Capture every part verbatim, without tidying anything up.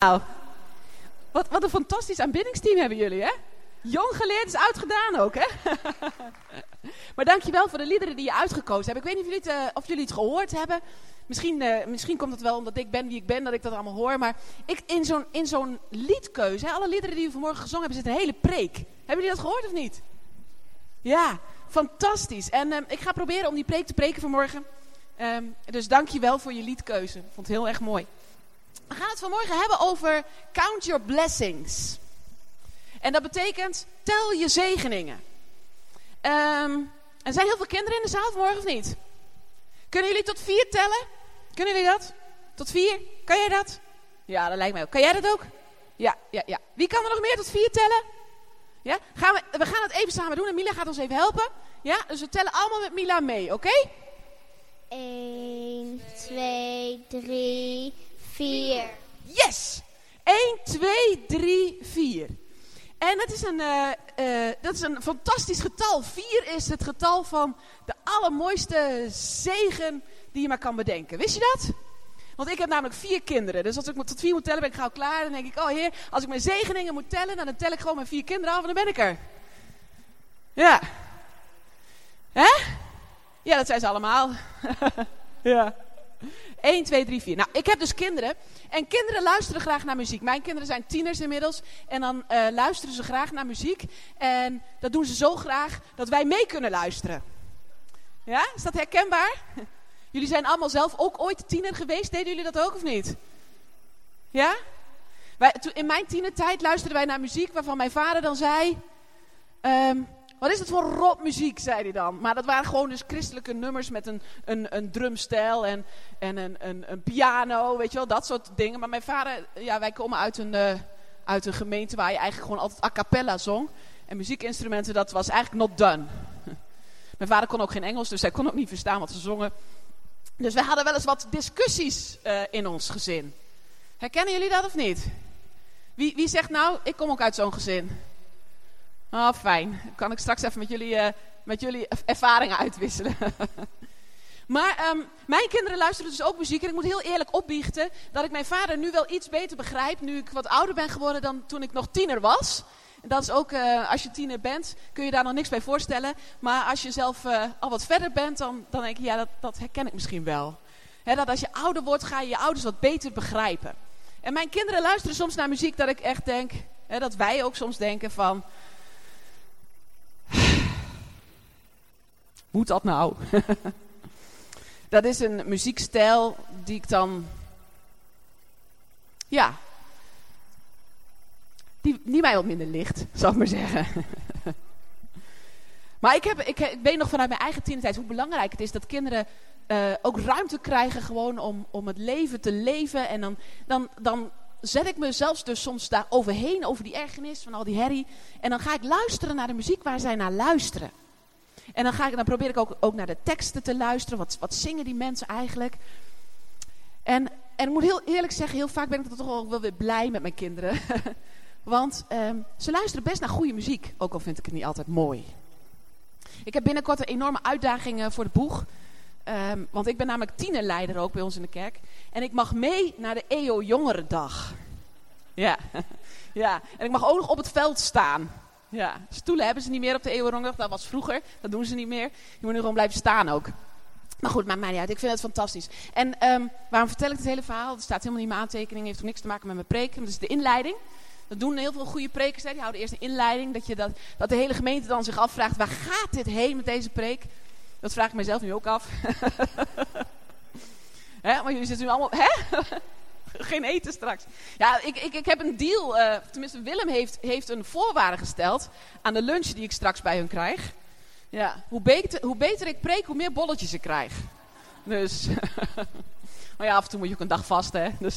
Nou, wat, wat een fantastisch aanbiddingsteam hebben jullie, hè? Jong geleerd is oud gedaan ook, hè? Maar dankjewel voor de liederen die je uitgekozen hebt. Ik weet niet of jullie het, uh, of jullie het gehoord hebben. Misschien, uh, misschien komt het wel omdat ik ben wie ik ben, dat ik dat allemaal hoor. Maar ik, in, zo'n, in zo'n liedkeuze, hè, alle liederen die we vanmorgen gezongen hebben, zit een hele preek. Hebben jullie dat gehoord of niet? Ja, fantastisch. En uh, ik ga proberen om die preek te preken vanmorgen. Um, dus dankjewel voor je liedkeuze. Ik vond het heel erg mooi. We gaan het vanmorgen hebben over count your blessings. En dat betekent, tel je zegeningen. Um, er zijn heel veel kinderen in de zaal vanmorgen, of niet? Kunnen jullie tot vier tellen? Kunnen jullie dat? Tot vier? Kan jij dat? Ja, dat lijkt mij ook. Kan jij dat ook? Ja, ja, ja. Wie kan er nog meer tot vier tellen? Ja? Gaan we, we gaan het even samen doen en Mila gaat ons even helpen. Ja, dus we tellen allemaal met Mila mee, oké? Okay? één, twee, drie, vier. Yes! één, twee, drie, vier. En dat is, een, uh, uh, dat is een fantastisch getal. vier is het getal van de allermooiste zegen die je maar kan bedenken. Wist je dat? Want ik heb namelijk vier kinderen. Dus als ik tot vier moet tellen, ben ik gauw klaar. Dan denk ik, oh heer, als ik mijn zegeningen moet tellen, dan tel ik gewoon mijn vier kinderen af en dan ben ik er. Ja. Hè? Ja, dat zijn ze allemaal. Ja. één, twee, drie, vier. Nou, ik heb dus kinderen. En kinderen luisteren graag naar muziek. Mijn kinderen zijn tieners inmiddels. En dan uh, luisteren ze graag naar muziek. En dat doen ze zo graag dat wij mee kunnen luisteren. Ja, is dat herkenbaar? Jullie zijn allemaal zelf ook ooit tiener geweest. Deden jullie dat ook of niet? Ja? Wij, in mijn tienertijd luisterden wij naar muziek waarvan mijn vader dan zei... Um, Wat is dat voor rockmuziek, zei hij dan. Maar dat waren gewoon dus christelijke nummers met een, een, een drumstijl en, en een, een, een piano, weet je wel, dat soort dingen. Maar mijn vader, ja, wij komen uit een, uh, uit een gemeente waar je eigenlijk gewoon altijd a cappella zong. En muziekinstrumenten, dat was eigenlijk not done. Mijn vader kon ook geen Engels, dus hij kon ook niet verstaan wat ze zongen. Dus wij hadden wel eens wat discussies uh, in ons gezin. Herkennen jullie dat of niet? Wie, wie zegt nou, ik kom ook uit zo'n gezin? Oh, fijn. Dan kan ik straks even met jullie, uh, met jullie ervaringen uitwisselen. Maar um, mijn kinderen luisteren dus ook muziek. En ik moet heel eerlijk opbiechten dat ik mijn vader nu wel iets beter begrijp. Nu ik wat ouder ben geworden dan toen ik nog tiener was. En dat is ook, uh, als je tiener bent, kun je daar nog niks bij voorstellen. Maar als je zelf uh, al wat verder bent, dan, dan denk je, ja, dat, dat herken ik misschien wel. He, dat als je ouder wordt, ga je je ouders wat beter begrijpen. En mijn kinderen luisteren soms naar muziek dat ik echt denk, he, dat wij ook soms denken van... Moet dat nou? Dat is een muziekstijl die ik dan... Ja. Die, die mij wat minder ligt, zal ik maar zeggen. Maar ik, heb, ik, ik weet nog vanuit mijn eigen tienertijd hoe belangrijk het is dat kinderen uh, ook ruimte krijgen gewoon om, om het leven te leven. En dan, dan, dan zet ik me zelfs dus soms daar overheen, over die ergernis van al die herrie. En dan ga ik luisteren naar de muziek waar zij naar luisteren. En dan, ga ik, dan probeer ik ook, ook naar de teksten te luisteren. Wat, wat zingen die mensen eigenlijk? En, en ik moet heel eerlijk zeggen, heel vaak ben ik toch wel, wel weer blij met mijn kinderen. Want um, ze luisteren best naar goede muziek. Ook al vind ik het niet altijd mooi. Ik heb binnenkort een enorme uitdaging uh, voor de boeg. Um, want ik ben namelijk tienerleider ook bij ons in de kerk. En ik mag mee naar de E O Jongerendag. Ja. Ja. En ik mag ook nog op het veld staan. Ja, stoelen hebben ze niet meer op de E O Jongerendag. Dat was vroeger. Dat doen ze niet meer. Je moet nu gewoon blijven staan ook. Maar goed, maakt mij niet uit. Ik vind het fantastisch. En um, waarom vertel ik het hele verhaal? Het staat helemaal niet in mijn aantekening. Heeft ook niks te maken met mijn preek. Dat is de inleiding. Dat doen heel veel goede prekers. Hè? Die houden eerst een inleiding. Dat, je dat, dat de hele gemeente dan zich afvraagt. Waar gaat dit heen met deze preek? Dat vraag ik mezelf nu ook af. Hè? Maar jullie zitten nu allemaal... Hè? Geen eten straks. Ja, ik, ik, ik heb een deal. Uh, tenminste, Willem heeft, heeft een voorwaarde gesteld aan de lunch die ik straks bij hun krijg. Ja, hoe beter, hoe beter ik preek, hoe meer bolletjes ik krijg. Dus... maar ja, af en toe moet je ook een dag vast, hè. Dus,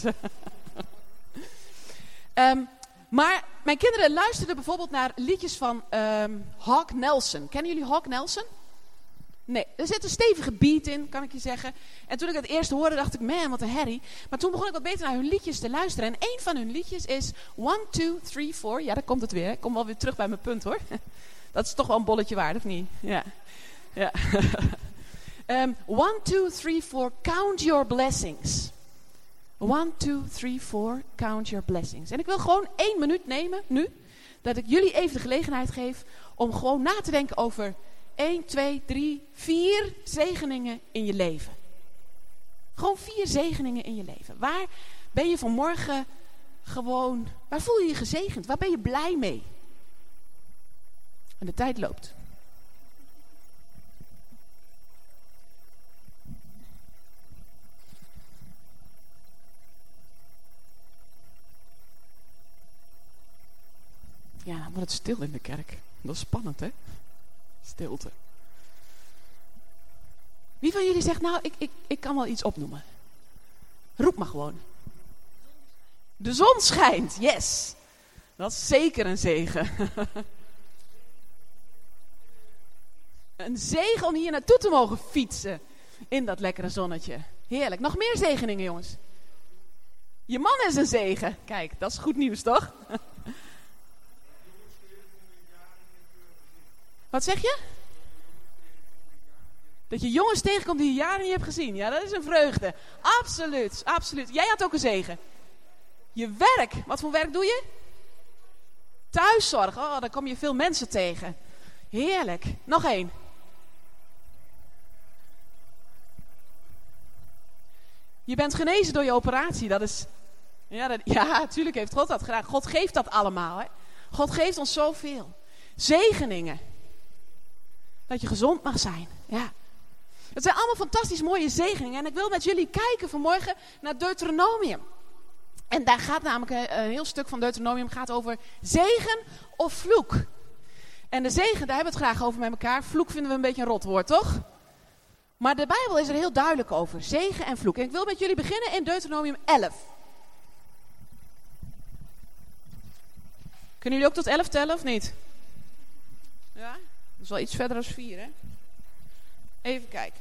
um, maar mijn kinderen luisterden bijvoorbeeld naar liedjes van um, Hawk Nelson. Kennen jullie Hawk Nelson? Nee, er zit een stevige beat in, kan ik je zeggen. En toen ik het eerst hoorde, dacht ik, man, wat een herrie. Maar toen begon ik wat beter naar hun liedjes te luisteren. En een van hun liedjes is one, two, three, four. Ja, daar komt het weer. Ik kom wel weer terug bij mijn punt, hoor. Dat is toch wel een bolletje waard, of niet? Ja. Ja. um, one, two, three, four, count your blessings. One, two, three, four, count your blessings. En ik wil gewoon één minuut nemen, nu, dat ik jullie even de gelegenheid geef om gewoon na te denken over één, twee, drie, vier zegeningen in je leven. Gewoon vier zegeningen in je leven. Waar ben je vanmorgen gewoon, waar voel je je gezegend? Waar ben je blij mee? En de tijd loopt. Ja, dan wordt het stil in de kerk. Dat is spannend, hè? Stilte. Wie van jullie zegt, nou, ik, ik, ik kan wel iets opnoemen. Roep maar gewoon. De zon schijnt, yes. Dat is zeker een zegen. Een zegen om hier naartoe te mogen fietsen. In dat lekkere zonnetje. Heerlijk. Nog meer zegeningen, jongens. Je man is een zegen. Kijk, dat is goed nieuws, toch? Wat zeg je? Dat je jongens tegenkomt die je jaren niet hebt gezien. Ja, dat is een vreugde. Absoluut, absoluut. Jij had ook een zegen. Je werk. Wat voor werk doe je? Thuiszorg. Oh, dan kom je veel mensen tegen. Heerlijk. Nog één. Je bent genezen door je operatie. Dat is... Ja, dat... ja, natuurlijk heeft God dat gedaan. God geeft dat allemaal. Hè? God geeft ons zoveel. Zegeningen. Dat je gezond mag zijn. Ja. Het zijn allemaal fantastisch mooie zegeningen. En ik wil met jullie kijken vanmorgen naar Deuteronomium. En daar gaat namelijk een, een heel stuk van Deuteronomium gaat over zegen of vloek. En de zegen, daar hebben we het graag over met elkaar. Vloek vinden we een beetje een rot woord, toch? Maar de Bijbel is er heel duidelijk over. Zegen en vloek. En ik wil met jullie beginnen in Deuteronomium elf. Kunnen jullie ook tot elf tellen of niet? Ja? Dat is wel iets verder dan vier, hè? Even kijken.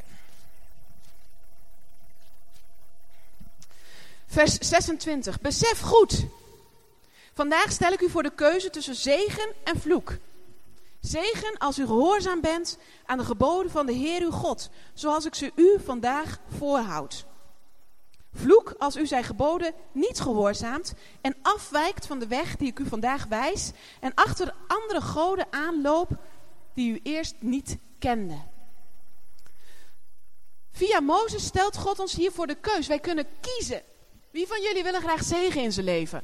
Vers zesentwintig. Besef goed. Vandaag stel ik u voor de keuze tussen zegen en vloek. Zegen als u gehoorzaam bent aan de geboden van de Heer uw God, zoals ik ze u vandaag voorhoud. Vloek als u zijn geboden niet gehoorzaamt en afwijkt van de weg die ik u vandaag wijs en achter andere goden aanloopt die u eerst niet kende. Via Mozes stelt God ons hier voor de keus. Wij kunnen kiezen. Wie van jullie willen graag zegen in zijn leven?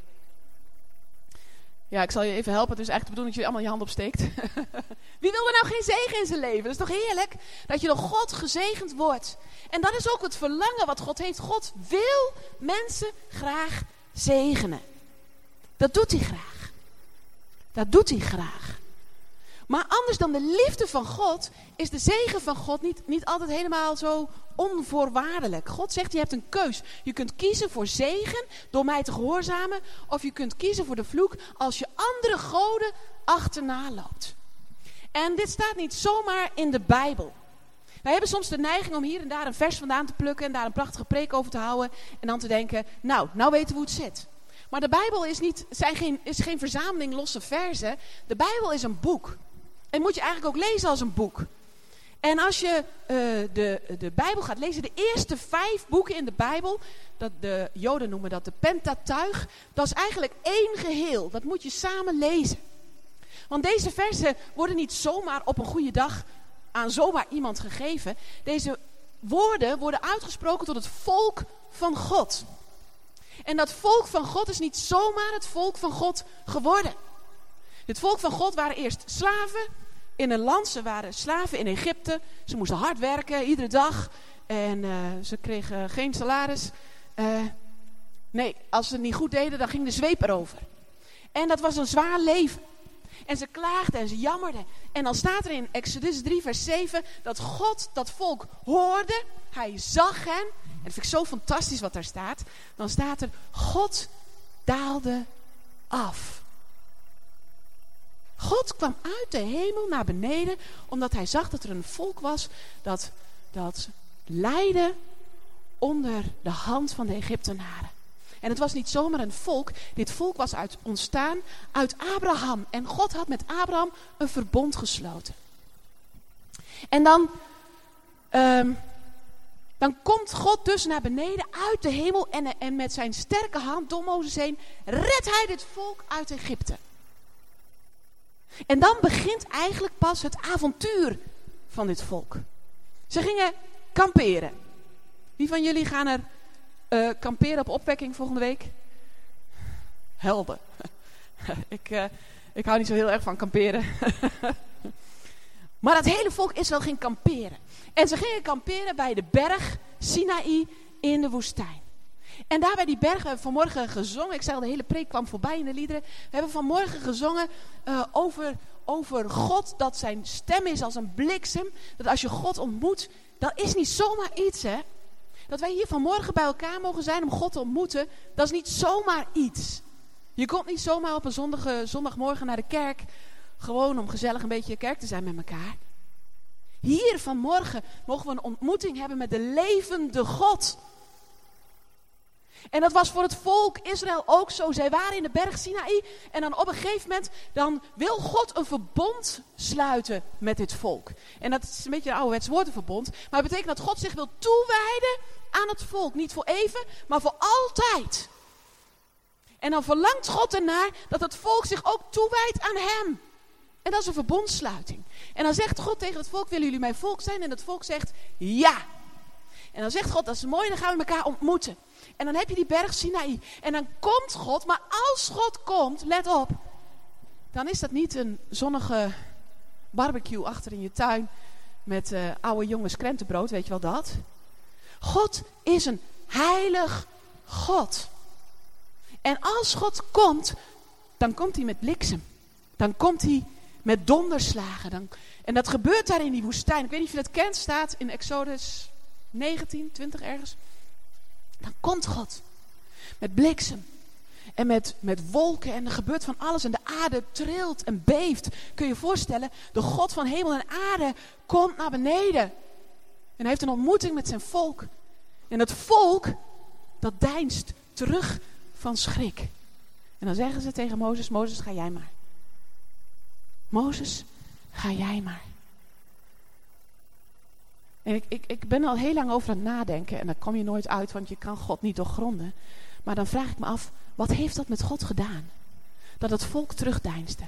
Ja, ik zal je even helpen. Het is eigenlijk de bedoeling dat jullie allemaal je hand opsteekt. Wie wil er nou geen zegen in zijn leven? Dat is toch heerlijk? Dat je door God gezegend wordt. En dat is ook het verlangen wat God heeft. God wil mensen graag zegenen. Dat doet hij graag. Dat doet hij graag. Maar anders dan de liefde van God is de zegen van God niet, niet altijd helemaal zo onvoorwaardelijk. God zegt, je hebt een keus. Je kunt kiezen voor zegen door mij te gehoorzamen. Of je kunt kiezen voor de vloek als je andere goden achterna loopt. En dit staat niet zomaar in de Bijbel. Wij hebben soms de neiging om hier en daar een vers vandaan te plukken en daar een prachtige preek over te houden. En dan te denken, nou, nou weten we hoe het zit. Maar de Bijbel is, niet, zijn geen, is geen verzameling losse verzen. De Bijbel is een boek. En moet je eigenlijk ook lezen als een boek. En als je uh, de, de Bijbel gaat lezen, de eerste vijf boeken in de Bijbel, dat de Joden noemen dat de Pentateuch, dat is eigenlijk één geheel. Dat moet je samen lezen. Want deze versen worden niet zomaar op een goede dag aan zomaar iemand gegeven. Deze woorden worden uitgesproken tot het volk van God. En dat volk van God is niet zomaar het volk van God geworden. Het volk van God waren eerst slaven in een land. Ze waren slaven in Egypte. Ze moesten hard werken, iedere dag. En uh, ze kregen geen salaris. Uh, nee, als ze het niet goed deden, dan ging de zweep erover. En dat was een zwaar leven. En ze klaagden en ze jammerden. En dan staat er in Exodus drie vers zeven dat God dat volk hoorde. Hij zag hen. En dat vind ik zo fantastisch wat daar staat. Dan staat er, God daalde af. God kwam uit de hemel naar beneden, omdat hij zag dat er een volk was dat, dat lijden onder de hand van de Egyptenaren. En het was niet zomaar een volk, dit volk was uit, ontstaan uit Abraham. En God had met Abraham een verbond gesloten. En dan, um, Dan komt God dus naar beneden uit de hemel en, en met zijn sterke hand door Mozes heen redt hij dit volk uit Egypte. En dan begint eigenlijk pas het avontuur van dit volk. Ze gingen kamperen. Wie van jullie gaan er uh, kamperen op opwekking volgende week? Helden. ik, uh, ik hou niet zo heel erg van kamperen. Maar het hele volk Israël ging kamperen. En ze gingen kamperen bij de berg Sinaï in de woestijn. En daar bij die berg, we hebben vanmorgen gezongen. Ik zei al, de hele preek kwam voorbij in de liederen. We hebben vanmorgen gezongen uh, over, over God, dat zijn stem is als een bliksem. Dat als je God ontmoet, dat is niet zomaar iets, hè. Dat wij hier vanmorgen bij elkaar mogen zijn om God te ontmoeten, dat is niet zomaar iets. Je komt niet zomaar op een zondige, zondagmorgen naar de kerk, gewoon om gezellig een beetje kerk te zijn met elkaar. Hier vanmorgen mogen we een ontmoeting hebben met de levende God. En dat was voor het volk Israël ook zo. Zij waren in de berg Sinaï en dan op een gegeven moment, dan wil God een verbond sluiten met dit volk. En dat is een beetje een ouderwets woord, een verbond. Maar het betekent dat God zich wil toewijden aan het volk. Niet voor even, maar voor altijd. En dan verlangt God ernaar dat het volk zich ook toewijdt aan hem. En dat is een verbondssluiting. En dan zegt God tegen het volk, willen jullie mijn volk zijn? En het volk zegt, ja. En dan zegt God, dat is mooi, dan gaan we elkaar ontmoeten. En dan heb je die berg Sinaï. En dan komt God, maar als God komt, let op. Dan is dat niet een zonnige barbecue achter in je tuin met uh, oude jongens krentenbrood, weet je wel dat? God is een heilig God. En als God komt, dan komt hij met bliksem. Dan komt hij met donderslagen. Dan, en dat gebeurt daar in die woestijn. Ik weet niet of je dat kent, staat in Exodus negentien, twintig ergens. Dan komt God met bliksem en met, met wolken en er gebeurt van alles en de aarde trilt en beeft. Kun je je voorstellen, de God van hemel en aarde komt naar beneden en hij heeft een ontmoeting met zijn volk. En het volk, dat deinst terug van schrik. En dan zeggen ze tegen Mozes, Mozes, ga jij maar. Mozes, ga jij maar. En ik, ik, ik ben al heel lang over aan het nadenken. En daar kom je nooit uit, want je kan God niet doorgronden. Maar dan vraag ik me af, wat heeft dat met God gedaan? Dat het volk terugdeinsde.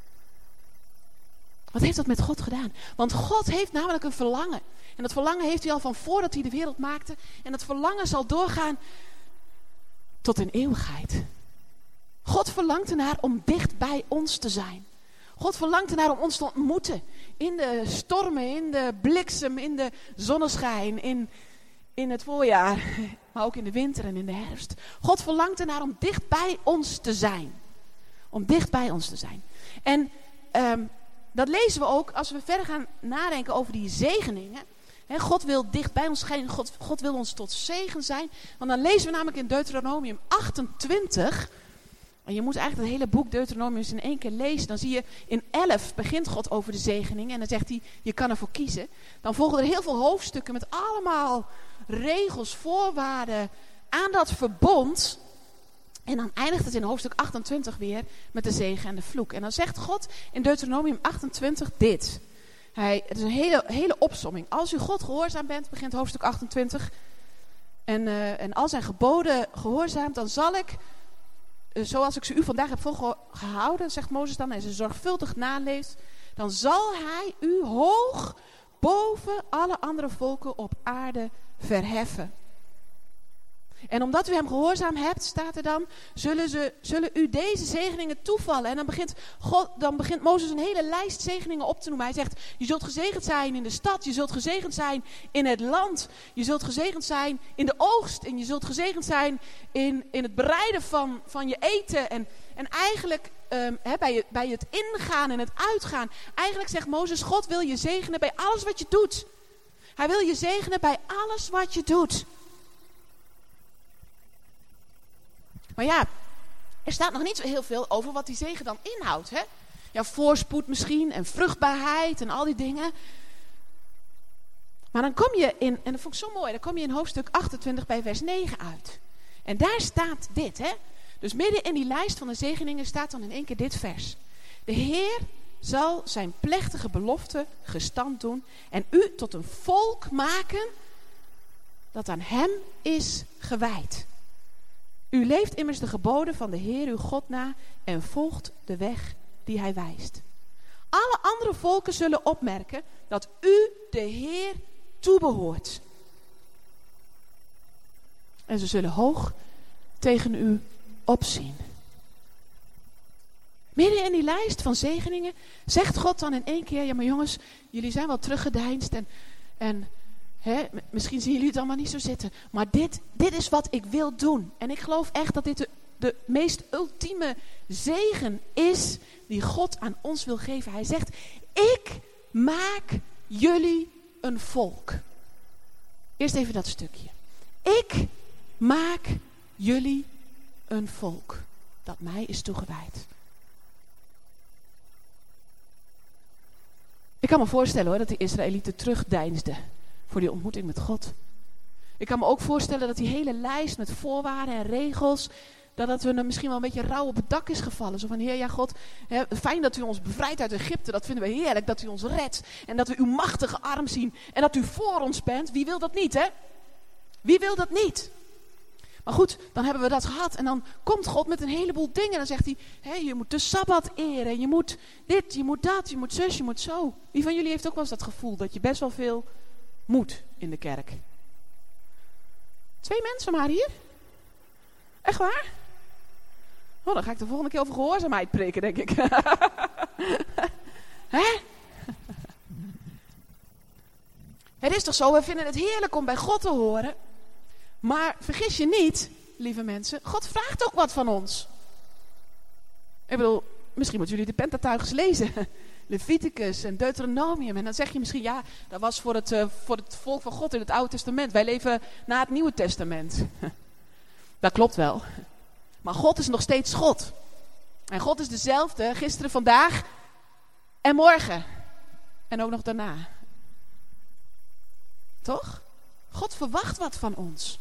Wat heeft dat met God gedaan? Want God heeft namelijk een verlangen. En dat verlangen heeft hij al van voordat hij de wereld maakte. En dat verlangen zal doorgaan tot in eeuwigheid. God verlangt ernaar om dicht bij ons te zijn. God verlangt ernaar om ons te ontmoeten. In de stormen, in de bliksem, in de zonneschijn, in, in het voorjaar. Maar ook in de winter en in de herfst. God verlangt ernaar om dicht bij ons te zijn. Om dicht bij ons te zijn. En um, dat lezen we ook als we verder gaan nadenken over die zegeningen. He, God wil dicht bij ons zijn. God, God wil ons tot zegen zijn. Want dan lezen we namelijk in Deuteronomium achtentwintig... En je moet eigenlijk het hele boek Deuteronomium eens in één keer lezen. Dan zie je in elf begint God over de zegening. En dan zegt hij, je kan ervoor kiezen. Dan volgen er heel veel hoofdstukken met allemaal regels, voorwaarden aan dat verbond. En dan eindigt het in hoofdstuk achtentwintig weer met de zegen en de vloek. En dan zegt God in Deuteronomium achtentwintig dit. Hij, het is een hele, hele opsomming. Als u God gehoorzaam bent, begint hoofdstuk achtentwintig. En, uh, en als zijn geboden gehoorzaamt, dan zal ik... Zoals ik ze u vandaag heb volgehouden, zegt Mozes dan, en ze zorgvuldig naleeft, dan zal hij u hoog boven alle andere volken op aarde verheffen. En omdat u hem gehoorzaam hebt, staat er dan, zullen, ze, zullen u deze zegeningen toevallen. En dan begint, God, dan begint Mozes een hele lijst zegeningen op te noemen. Hij zegt, je zult gezegend zijn in de stad, je zult gezegend zijn in het land, je zult gezegend zijn in de oogst en je zult gezegend zijn in, in het bereiden van, van je eten. En, en eigenlijk um, he, bij, je, bij het ingaan en het uitgaan, eigenlijk zegt Mozes, God wil je zegenen bij alles wat je doet. Hij wil je zegenen bij alles wat je doet. Maar ja, er staat nog niet zo heel veel over wat die zegen dan inhoudt. Hè? Ja, voorspoed misschien en vruchtbaarheid en al die dingen. Maar dan kom je in, en dat vond ik zo mooi, dan kom je in hoofdstuk achtentwintig bij vers negen uit. En daar staat dit. Hè? Dus midden in die lijst van de zegeningen staat dan in één keer dit vers. De Heer zal zijn plechtige belofte gestand doen en u tot een volk maken dat aan hem is gewijd. U leeft immers de geboden van de Heer uw God na en volgt de weg die hij wijst. Alle andere volken zullen opmerken dat u de Heer toebehoort. En ze zullen hoog tegen u opzien. Midden in die lijst van zegeningen zegt God dan in één keer, ja maar jongens, jullie zijn wel teruggedeinsd en, en hè, misschien zien jullie het allemaal niet zo zitten. Maar dit, dit is wat ik wil doen. En ik geloof echt dat dit de, de meest ultieme zegen is die God aan ons wil geven. Hij zegt, ik maak jullie een volk. Eerst even dat stukje. Ik maak jullie een volk dat mij is toegewijd. Ik kan me voorstellen hoor, dat de Israëlieten terugdeinsden voor die ontmoeting met God. Ik kan me ook voorstellen dat die hele lijst met voorwaarden en regels, dat het hun misschien wel een beetje rauw op het dak is gevallen. Zo van, Heer, ja God, hè, fijn dat u ons bevrijdt uit Egypte. Dat vinden we heerlijk, dat u ons redt. En dat we uw machtige arm zien. En dat u voor ons bent. Wie wil dat niet, hè? Wie wil dat niet? Maar goed, dan hebben we dat gehad. En dan komt God met een heleboel dingen. Dan zegt hij, hé, je moet de Sabbat eren. Je moet dit, je moet dat, je moet zus, je moet zo. Wie van jullie heeft ook wel eens dat gevoel dat je best wel veel moet in de kerk? Twee mensen maar hier? Echt waar? Oh, dan ga ik de volgende keer over gehoorzaamheid preken, denk ik. Hè? Het is toch zo, we vinden het heerlijk om bij God te horen. Maar vergis je niet, lieve mensen, God vraagt ook wat van ons. Ik bedoel, misschien moeten jullie de Pentateuchs lezen. Leviticus en Deuteronomium. En dan zeg je misschien, ja, dat was voor het, uh, voor het volk van God in het Oude Testament. Wij leven na het Nieuwe Testament. Dat klopt wel. Maar God is nog steeds God. En God is dezelfde, gisteren, vandaag en morgen. En ook nog daarna. Toch? God verwacht wat van ons.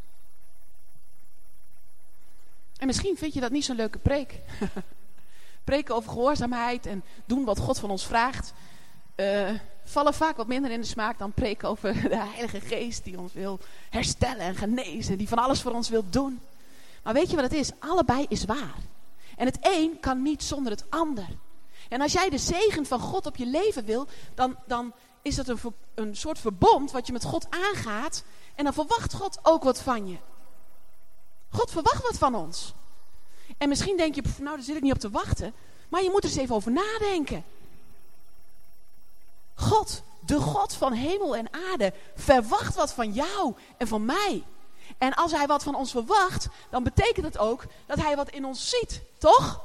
En misschien vind je dat niet zo'n leuke preek. Preken over gehoorzaamheid en doen wat God van ons vraagt. Uh, vallen vaak wat minder in de smaak dan preken over de Heilige Geest die ons wil herstellen en genezen. Die van alles voor ons wil doen. Maar weet je wat het is? Allebei is waar. En het een kan niet zonder het ander. En als jij de zegen van God op je leven wil, dan, dan is dat een, een soort verbond wat je met God aangaat. En dan verwacht God ook wat van je. God verwacht wat van ons. En misschien denk je, nou daar zit ik niet op te wachten. Maar je moet er eens even over nadenken. God, de God van hemel en aarde, verwacht wat van jou en van mij. En als hij wat van ons verwacht, dan betekent het ook dat hij wat in ons ziet. Toch?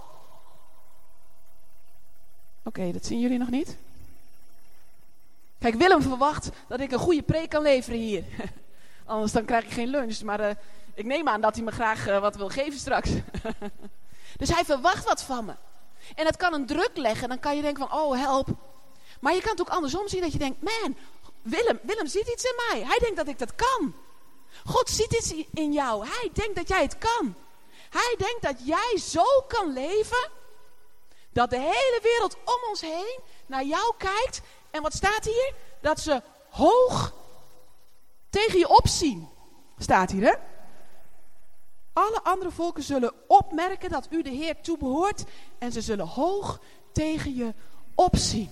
Oké, okay, dat zien jullie nog niet. Kijk, Willem verwacht dat ik een goede preek kan leveren hier. Anders dan krijg ik geen lunch. Maar uh, ik neem aan dat hij me graag uh, wat wil geven straks. Dus hij verwacht wat van me. En dat kan een druk leggen. Dan kan je denken van, oh help. Maar je kan het ook andersom zien dat je denkt, man, Willem, Willem ziet iets in mij. Hij denkt dat ik dat kan. God ziet iets in jou. Hij denkt dat jij het kan. Hij denkt dat jij zo kan leven, dat de hele wereld om ons heen naar jou kijkt. En wat staat hier? Dat ze hoog tegen je opzien. Staat hier, hè? Alle andere volken zullen opmerken dat u de Heer toebehoort. En ze zullen hoog tegen je opzien.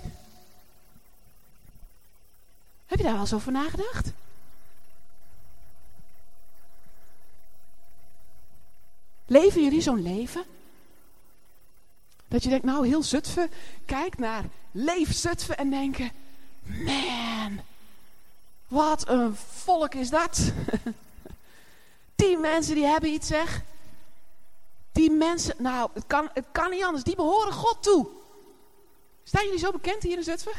Heb je daar wel eens over nagedacht? Leven jullie zo'n leven? Dat je denkt, nou heel Zutphen, kijk naar Leef Zutphen en denken, man, wat een volk is dat. Die mensen die hebben iets, zeg. Die mensen, nou het kan, het kan niet anders, die behoren God toe. Staan jullie zo bekend hier in Zutphen?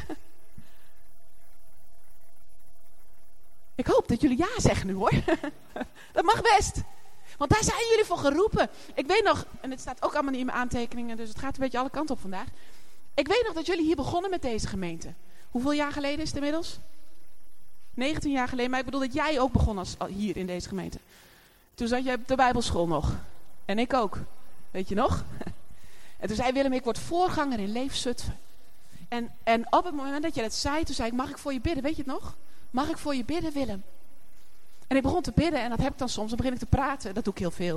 Ik hoop dat jullie ja zeggen nu hoor. Dat mag best. Want daar zijn jullie voor geroepen. Ik weet nog, en het staat ook allemaal niet in mijn aantekeningen, dus het gaat een beetje alle kanten op vandaag. Ik weet nog dat jullie hier begonnen met deze gemeente. Hoeveel jaar geleden is het inmiddels? negentien jaar geleden, maar ik bedoel dat jij ook begon als, hier in deze gemeente. Toen zat jij op de Bijbelschool nog. En ik ook. Weet je nog? En toen zei Willem, ik word voorganger in Leef Zutphen. En, en op het moment dat je dat zei, toen zei ik, mag ik voor je bidden? Weet je het nog? Mag ik voor je bidden, Willem? En ik begon te bidden en dat heb ik dan soms. Dan begin ik te praten. Dat doe ik heel veel.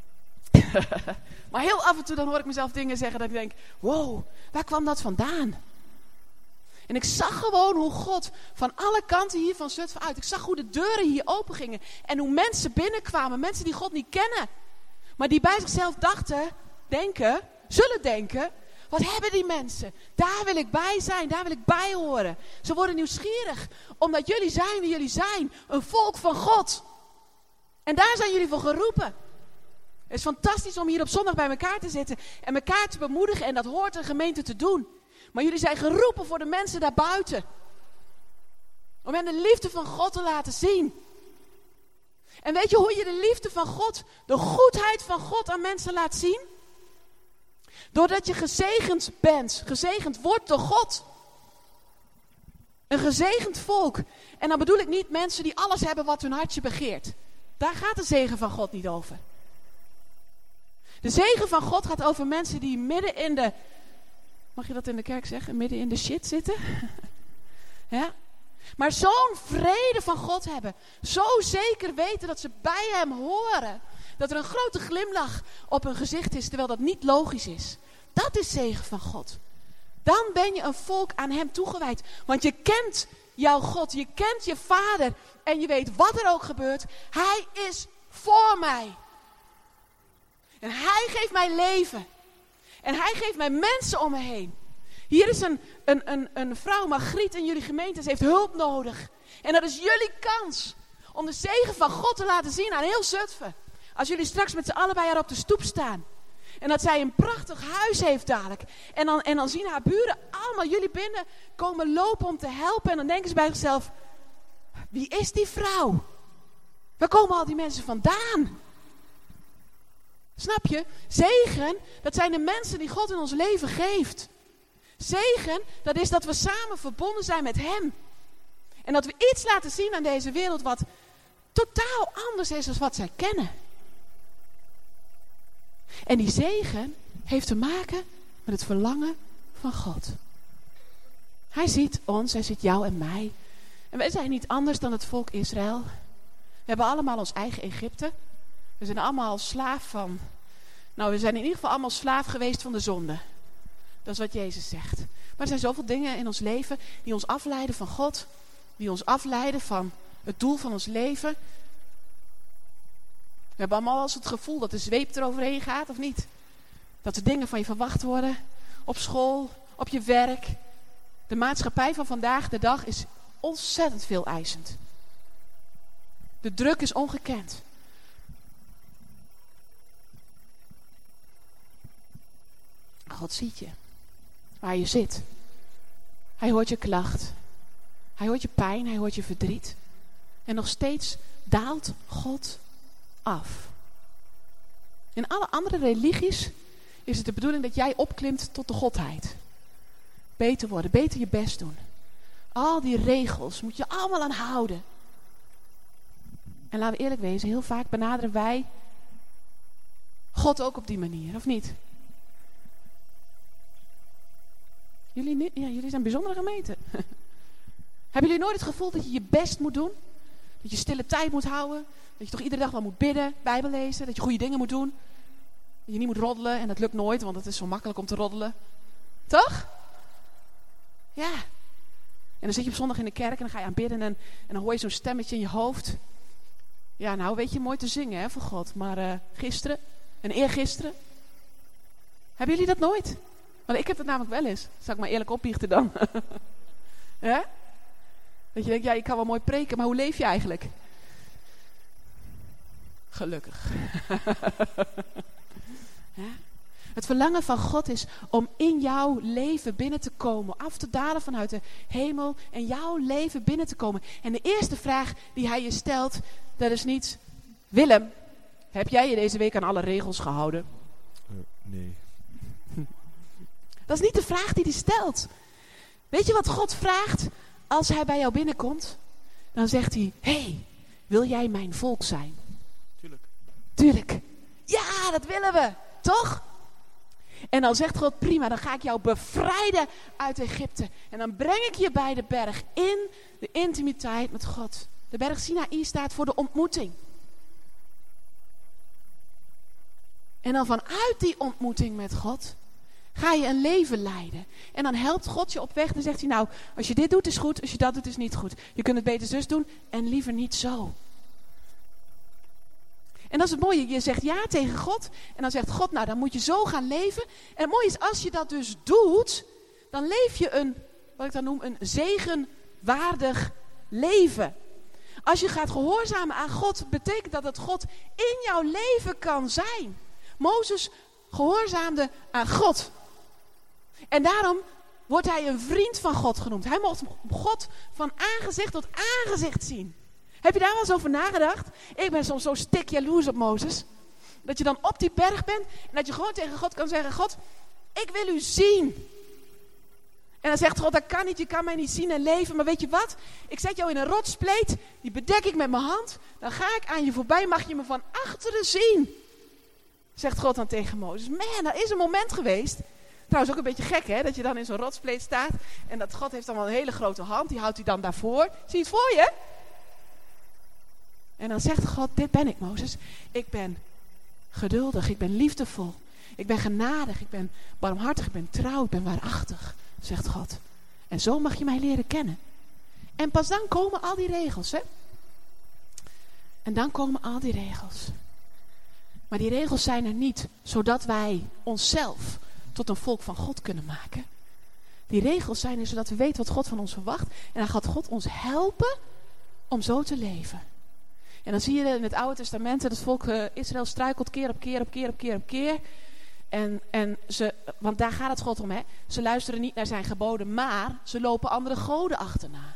Maar heel af en toe dan hoor ik mezelf dingen zeggen dat ik denk, wow, waar kwam dat vandaan? En ik zag gewoon hoe God van alle kanten hier van Zutphen uit. Ik zag hoe de deuren hier open gingen. En hoe mensen binnenkwamen. Mensen die God niet kennen. Maar die bij zichzelf dachten, denken, zullen denken. Wat hebben die mensen? Daar wil ik bij zijn. Daar wil ik bij horen. Ze worden nieuwsgierig. Omdat jullie zijn wie jullie zijn. Een volk van God. En daar zijn jullie voor geroepen. Het is fantastisch om hier op zondag bij elkaar te zitten. En elkaar te bemoedigen. En dat hoort een gemeente te doen. Maar jullie zijn geroepen voor de mensen daarbuiten. Om hen de liefde van God te laten zien. En weet je hoe je de liefde van God, de goedheid van God aan mensen laat zien? Doordat je gezegend bent. Gezegend wordt door God. Een gezegend volk. En dan bedoel ik niet mensen die alles hebben wat hun hartje begeert. Daar gaat de zegen van God niet over. De zegen van God gaat over mensen die midden in de... Mag je dat in de kerk zeggen? Midden in de shit zitten? Ja? Maar zo'n vrede van God hebben. Zo zeker weten dat ze bij hem horen. Dat er een grote glimlach op hun gezicht is, terwijl dat niet logisch is. Dat is zegen van God. Dan ben je een volk aan hem toegewijd. Want je kent jouw God, je kent je vader. En je weet wat er ook gebeurt. Hij is voor mij. En hij geeft mij leven. En hij geeft mij mensen om me heen. Hier is een, een, een, een vrouw, Margriet, in jullie gemeente. Ze heeft hulp nodig. En dat is jullie kans. Om de zegen van God te laten zien aan heel Zutphen. Als jullie straks met z'n allen bij haar op de stoep staan. En dat zij een prachtig huis heeft dadelijk. En dan, en dan zien haar buren allemaal jullie binnen komen lopen om te helpen. En dan denken ze bij zichzelf. Wie is die vrouw? Waar komen al die mensen vandaan? Snap je? Zegen, dat zijn de mensen die God in ons leven geeft. Zegen, dat is dat we samen verbonden zijn met hem. En dat we iets laten zien aan deze wereld wat totaal anders is dan wat zij kennen. En die zegen heeft te maken met het verlangen van God. Hij ziet ons, hij ziet jou en mij. En wij zijn niet anders dan het volk Israël. We hebben allemaal ons eigen Egypte. We zijn allemaal slaaf van... Nou, we zijn in ieder geval allemaal slaaf geweest van de zonde. Dat is wat Jezus zegt. Maar er zijn zoveel dingen in ons leven die ons afleiden van God. Die ons afleiden van het doel van ons leven. We hebben allemaal wel eens het gevoel dat de zweep eroverheen gaat, of niet? Dat er dingen van je verwacht worden. Op school, op je werk. De maatschappij van vandaag de dag is ontzettend veel eisend. De druk is ongekend. God ziet je. Waar je zit. Hij hoort je klacht. Hij hoort je pijn. Hij hoort je verdriet. En nog steeds daalt God af. In alle andere religies is het de bedoeling dat jij opklimt tot de godheid. Beter worden. Beter je best doen. Al die regels moet je allemaal aan houden. En laten we eerlijk wezen. Heel vaak benaderen wij God ook op die manier. Of niet? Jullie, ja, jullie zijn een bijzondere gemeente. Hebben jullie nooit het gevoel dat je je best moet doen? Dat je stille tijd moet houden? Dat je toch iedere dag wel moet bidden, Bijbel lezen? Dat je goede dingen moet doen? Dat je niet moet roddelen en dat lukt nooit, want het is zo makkelijk om te roddelen. Toch? Ja. En dan zit je op zondag in de kerk en dan ga je aanbidden en, en dan hoor je zo'n stemmetje in je hoofd. Ja, nou weet je mooi te zingen hè, voor God. Maar uh, gisteren en eergisteren. Hebben jullie dat nooit? Want ik heb het namelijk wel eens. Zal ik maar eerlijk opbiechten dan. Ja? Dat je denkt, ja, ik kan wel mooi preken, maar hoe leef je eigenlijk? Gelukkig. Ja? Het verlangen van God is om in jouw leven binnen te komen. Af te dalen vanuit de hemel en jouw leven binnen te komen. En de eerste vraag die hij je stelt, dat is niet... Willem, heb jij je deze week aan alle regels gehouden? Uh, nee. Dat is niet de vraag die hij stelt. Weet je wat God vraagt als hij bij jou binnenkomt? Dan zegt hij, hé, hey, wil jij mijn volk zijn? Tuurlijk. Tuurlijk. Ja, dat willen we. Toch? En dan zegt God, prima, dan ga ik jou bevrijden uit Egypte. En dan breng ik je bij de berg in de intimiteit met God. De berg Sinaï staat voor de ontmoeting. En dan vanuit die ontmoeting met God ga je een leven leiden. En dan helpt God je op weg. Dan zegt hij, nou, als je dit doet is goed, als je dat doet is niet goed. Je kunt het beter zus doen en liever niet zo. En dat is het mooie. Je zegt ja tegen God. En dan zegt God, nou, dan moet je zo gaan leven. En het mooie is, als je dat dus doet, dan leef je een, wat ik dan noem, een zegenwaardig leven. Als je gaat gehoorzamen aan God, betekent dat dat God in jouw leven kan zijn. Mozes gehoorzaamde aan God. En daarom wordt hij een vriend van God genoemd. Hij mocht God van aangezicht tot aangezicht zien. Heb je daar wel eens over nagedacht? Ik ben soms zo stik jaloers op Mozes. Dat je dan op die berg bent en dat je gewoon tegen God kan zeggen, God, ik wil u zien. En dan zegt God, dat kan niet, je kan mij niet zien en leven. Maar weet je wat? Ik zet jou in een rotspleet, die bedek ik met mijn hand. Dan ga ik aan je voorbij, mag je me van achteren zien. Zegt God dan tegen Mozes. Man, dat is een moment geweest. Trouwens ook een beetje gek, hè? Dat je dan in zo'n rotspleet staat. En dat God heeft dan wel een hele grote hand. Die houdt hij dan daarvoor. Zie je het voor je? En dan zegt God, dit ben ik, Mozes. Ik ben geduldig, ik ben liefdevol. Ik ben genadig, ik ben barmhartig, ik ben trouw, ik ben waarachtig. Zegt God. En zo mag je mij leren kennen. En pas dan komen al die regels, hè? En dan komen al die regels. Maar die regels zijn er niet zodat wij onszelf tot een volk van God kunnen maken. Die regels zijn er zodat we weten wat God van ons verwacht. En dan gaat God ons helpen om zo te leven. En dan zie je in het Oude Testament dat het volk uh, Israël struikelt keer op keer op keer op keer op keer. En, en ze, want daar gaat het God om, hè. Ze luisteren niet naar zijn geboden, maar ze lopen andere goden achterna.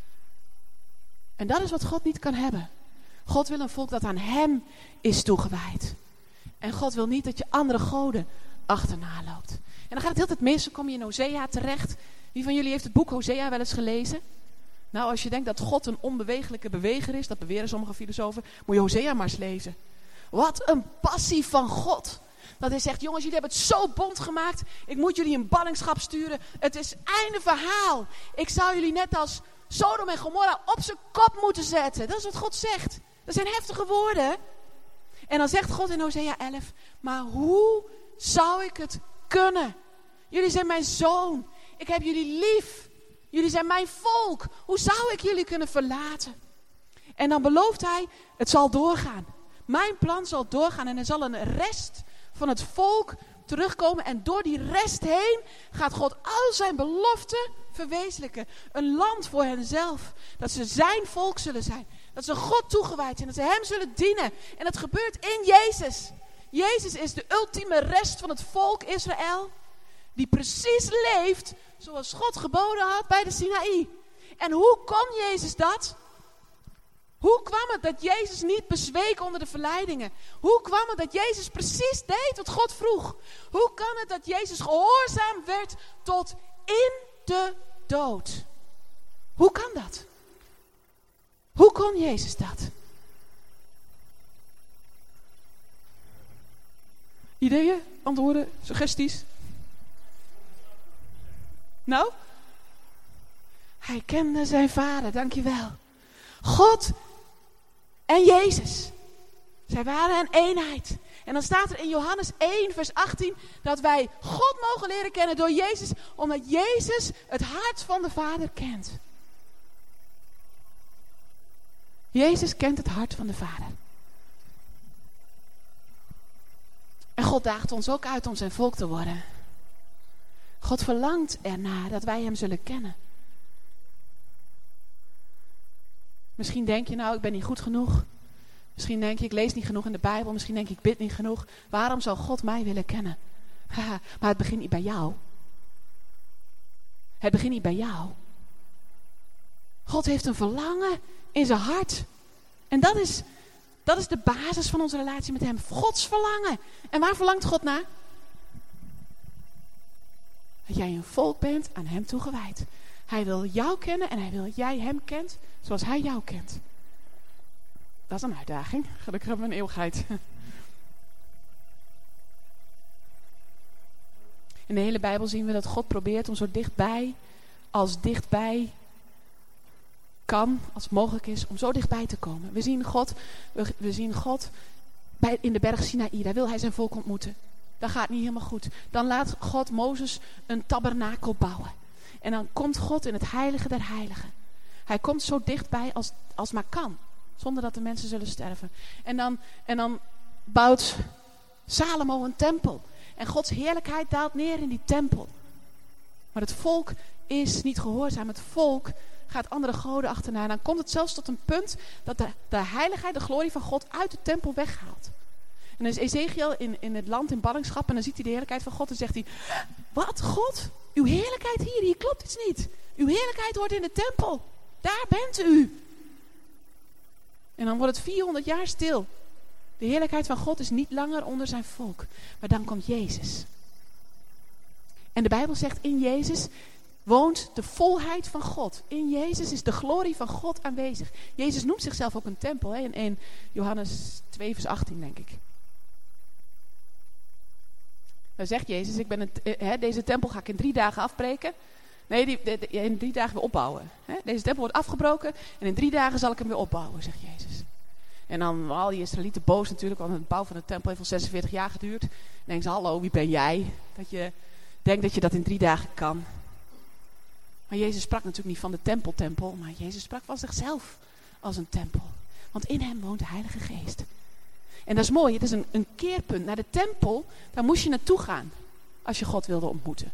En dat is wat God niet kan hebben. God wil een volk dat aan hem is toegewijd. En God wil niet dat je andere goden achterna loopt. En dan gaat het heel tijd mis, dan kom je in Hosea terecht. Wie van jullie heeft het boek Hosea wel eens gelezen? Nou, als je denkt dat God een onbewegelijke beweger is, dat beweren sommige filosofen, moet je Hosea maar eens lezen. Wat een passie van God. Dat hij zegt, jongens, jullie hebben het zo bond gemaakt. Ik moet jullie in ballingschap sturen. Het is einde verhaal. Ik zou jullie net als Sodom en Gomorra op zijn kop moeten zetten. Dat is wat God zegt. Dat zijn heftige woorden. En dan zegt God in Hosea elf, maar hoe zou ik het kunnen? Jullie zijn mijn zoon. Ik heb jullie lief. Jullie zijn mijn volk. Hoe zou ik jullie kunnen verlaten? En dan belooft hij, het zal doorgaan. Mijn plan zal doorgaan en er zal een rest van het volk terugkomen. En door die rest heen gaat God al zijn beloften verwezenlijken. Een land voor henzelf. Dat ze zijn volk zullen zijn. Dat ze God toegewijd zijn. Dat ze hem zullen dienen. En dat gebeurt in Jezus. Jezus is de ultieme rest van het volk Israël. Die precies leeft zoals God geboden had bij de Sinaï. En hoe kon Jezus dat? Hoe kwam het dat Jezus niet bezweek onder de verleidingen? Hoe kwam het dat Jezus precies deed wat God vroeg? Hoe kan het dat Jezus gehoorzaam werd tot in de dood? Hoe kan dat? Hoe kon Jezus dat? Ideeën, antwoorden, suggesties? Nou? Hij kende zijn vader, dankjewel. God en Jezus. Zij waren een eenheid. En dan staat er in Johannes één vers achttien dat wij God mogen leren kennen door Jezus, omdat Jezus het hart van de Vader kent. Jezus kent het hart van de Vader. En God daagt ons ook uit om zijn volk te worden. God verlangt ernaar dat wij hem zullen kennen. Misschien denk je nou, ik ben niet goed genoeg. Misschien denk je, ik lees niet genoeg in de Bijbel. Misschien denk je, ik bid niet genoeg. Waarom zou God mij willen kennen? Haha, maar het begint niet bij jou. Het begint niet bij jou. God heeft een verlangen in zijn hart. En dat is, dat is de basis van onze relatie met hem. Gods verlangen. En waar verlangt God naar? Dat jij een volk bent aan hem toegewijd. Hij wil jou kennen en hij wil dat jij hem kent zoals hij jou kent. Dat is een uitdaging. Gelukkig hebben we een eeuwigheid. In de hele Bijbel zien we dat God probeert om zo dichtbij als dichtbij kan, als het mogelijk is, om zo dichtbij te komen. We zien God, we, we zien God bij, in de berg Sinaï. Daar wil hij zijn volk ontmoeten. Dat gaat niet helemaal goed. Dan laat God Mozes een tabernakel bouwen. En dan komt God in het heilige der heiligen. Hij komt zo dichtbij als, als maar kan. Zonder dat de mensen zullen sterven. En dan, en dan bouwt Salomo een tempel. En Gods heerlijkheid daalt neer in die tempel. Maar het volk is niet gehoorzaam. Het volk gaat andere goden achterna. En dan komt het zelfs tot een punt dat de, de heiligheid, de glorie van God uit de tempel weghaalt. En dan is Ezekiel in, in het land in ballingschap en dan ziet hij de heerlijkheid van God en zegt hij, wat God? Uw heerlijkheid hier, hier klopt iets niet. Uw heerlijkheid hoort in de tempel. Daar bent u. En dan wordt het vierhonderd jaar stil. De heerlijkheid van God is niet langer onder zijn volk. Maar dan komt Jezus. En de Bijbel zegt, in Jezus woont de volheid van God. In Jezus is de glorie van God aanwezig. Jezus noemt zichzelf ook een tempel. Hè? In één Johannes twee vers achttien denk ik. Dan zegt Jezus, ik ben het, hè, deze tempel ga ik in drie dagen afbreken. Nee, die, de, de, in drie dagen weer opbouwen. Hè? Deze tempel wordt afgebroken en in drie dagen zal ik hem weer opbouwen, zegt Jezus. En dan al die Israëlieten boos natuurlijk, want het bouw van de tempel heeft al zesenveertig jaar geduurd. Dan denken ze, hallo, wie ben jij? Dat je denkt dat je dat in drie dagen kan. Maar Jezus sprak natuurlijk niet van de tempeltempel, maar Jezus sprak van zichzelf als een tempel. Want in hem woont de Heilige Geest. En dat is mooi, het is een, een keerpunt. Naar de tempel, daar moest je naartoe gaan als je God wilde ontmoeten.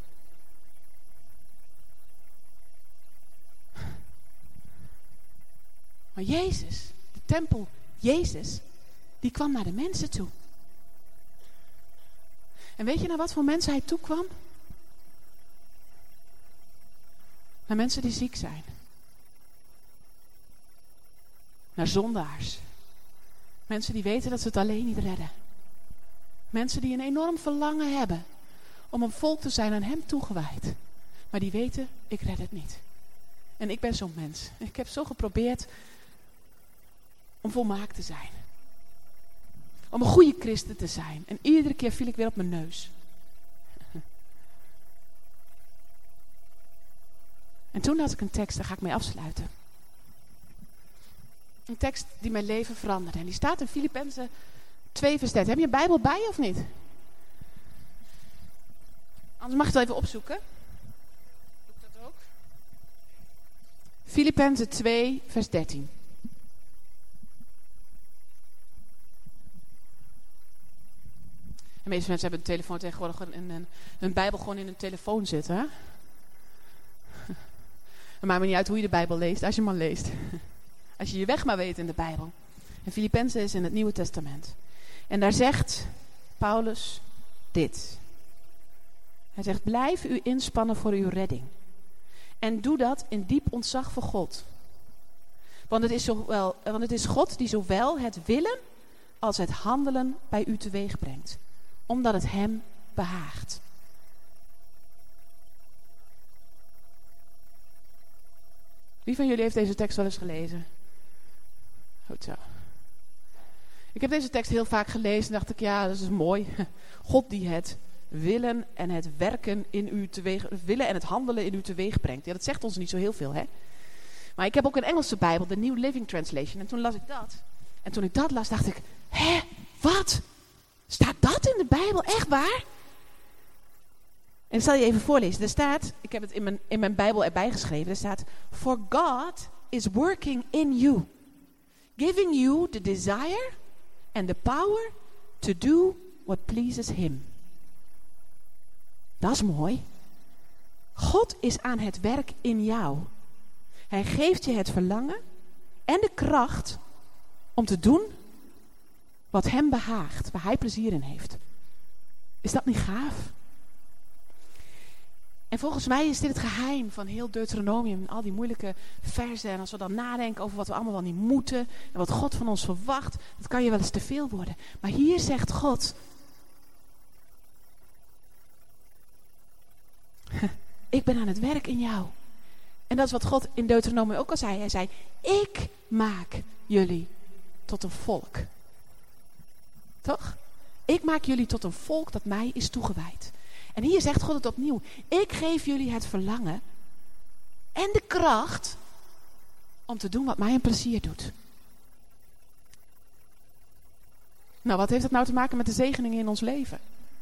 Maar Jezus, de tempel Jezus, die kwam naar de mensen toe. En weet je naar wat voor mensen hij toekwam? Naar mensen die ziek zijn. Naar zondaars. Mensen die weten dat ze het alleen niet redden. Mensen die een enorm verlangen hebben om een volk te zijn aan hem toegewijd. Maar die weten, ik red het niet. En ik ben zo'n mens. Ik heb zo geprobeerd om volmaakt te zijn. Om een goede christen te zijn. En iedere keer viel ik weer op mijn neus. En toen had ik een tekst, daar ga ik mee afsluiten. Een tekst die mijn leven veranderde. En die staat in Filippenzen twee vers dertien. Heb je een Bijbel bij je of niet? Anders mag je het wel even opzoeken. Doe ik dat ook? Filippenzen twee vers dertien. De meeste mensen hebben een telefoon tegenwoordig en hun, hun Bijbel gewoon in hun telefoon zitten. Hè? Het maakt me niet uit hoe je de Bijbel leest, als je maar leest. Als je je weg maar weet in de Bijbel. En Filippenzen is in het Nieuwe Testament. En daar zegt Paulus dit. Hij zegt, blijf u inspannen voor uw redding. En doe dat in diep ontzag voor God. Want het is, zowel, want het is God die zowel het willen als het handelen bij u teweeg brengt. Omdat het hem behaagt. Wie van jullie heeft deze tekst wel eens gelezen? Goed zo. Ik heb deze tekst heel vaak gelezen en dacht ik, ja, dat is mooi. God die het willen en het werken in u teweeg, willen en het handelen in u teweeg brengt. Ja, dat zegt ons niet zo heel veel, hè? Maar ik heb ook een Engelse Bijbel, de New Living Translation. En toen las ik dat. En toen ik dat las, dacht ik, hè, wat? Staat dat in de Bijbel? Echt waar? En ik zal je even voorlezen. Er staat, ik heb het in mijn, in mijn Bijbel erbij geschreven. Er staat, for God is working in you. Giving you the desire and the power to do what pleases him. Dat is mooi. God is aan het werk in jou. Hij geeft je het verlangen en de kracht om te doen wat hem behaagt, waar hij plezier in heeft. Is dat niet gaaf? En volgens mij is dit het geheim van heel Deuteronomium. Al die moeilijke verzen. En als we dan nadenken over wat we allemaal wel niet moeten. En wat God van ons verwacht. Dat kan je wel eens te veel worden. Maar hier zegt God. Ik ben aan het werk in jou. En dat is wat God in Deuteronomium ook al zei. Hij zei, ik maak jullie tot een volk. Toch? Ik maak jullie tot een volk dat mij is toegewijd. En hier zegt God het opnieuw. Ik geef jullie het verlangen en de kracht om te doen wat mij een plezier doet. Nou, wat heeft dat nou te maken met de zegeningen in ons leven?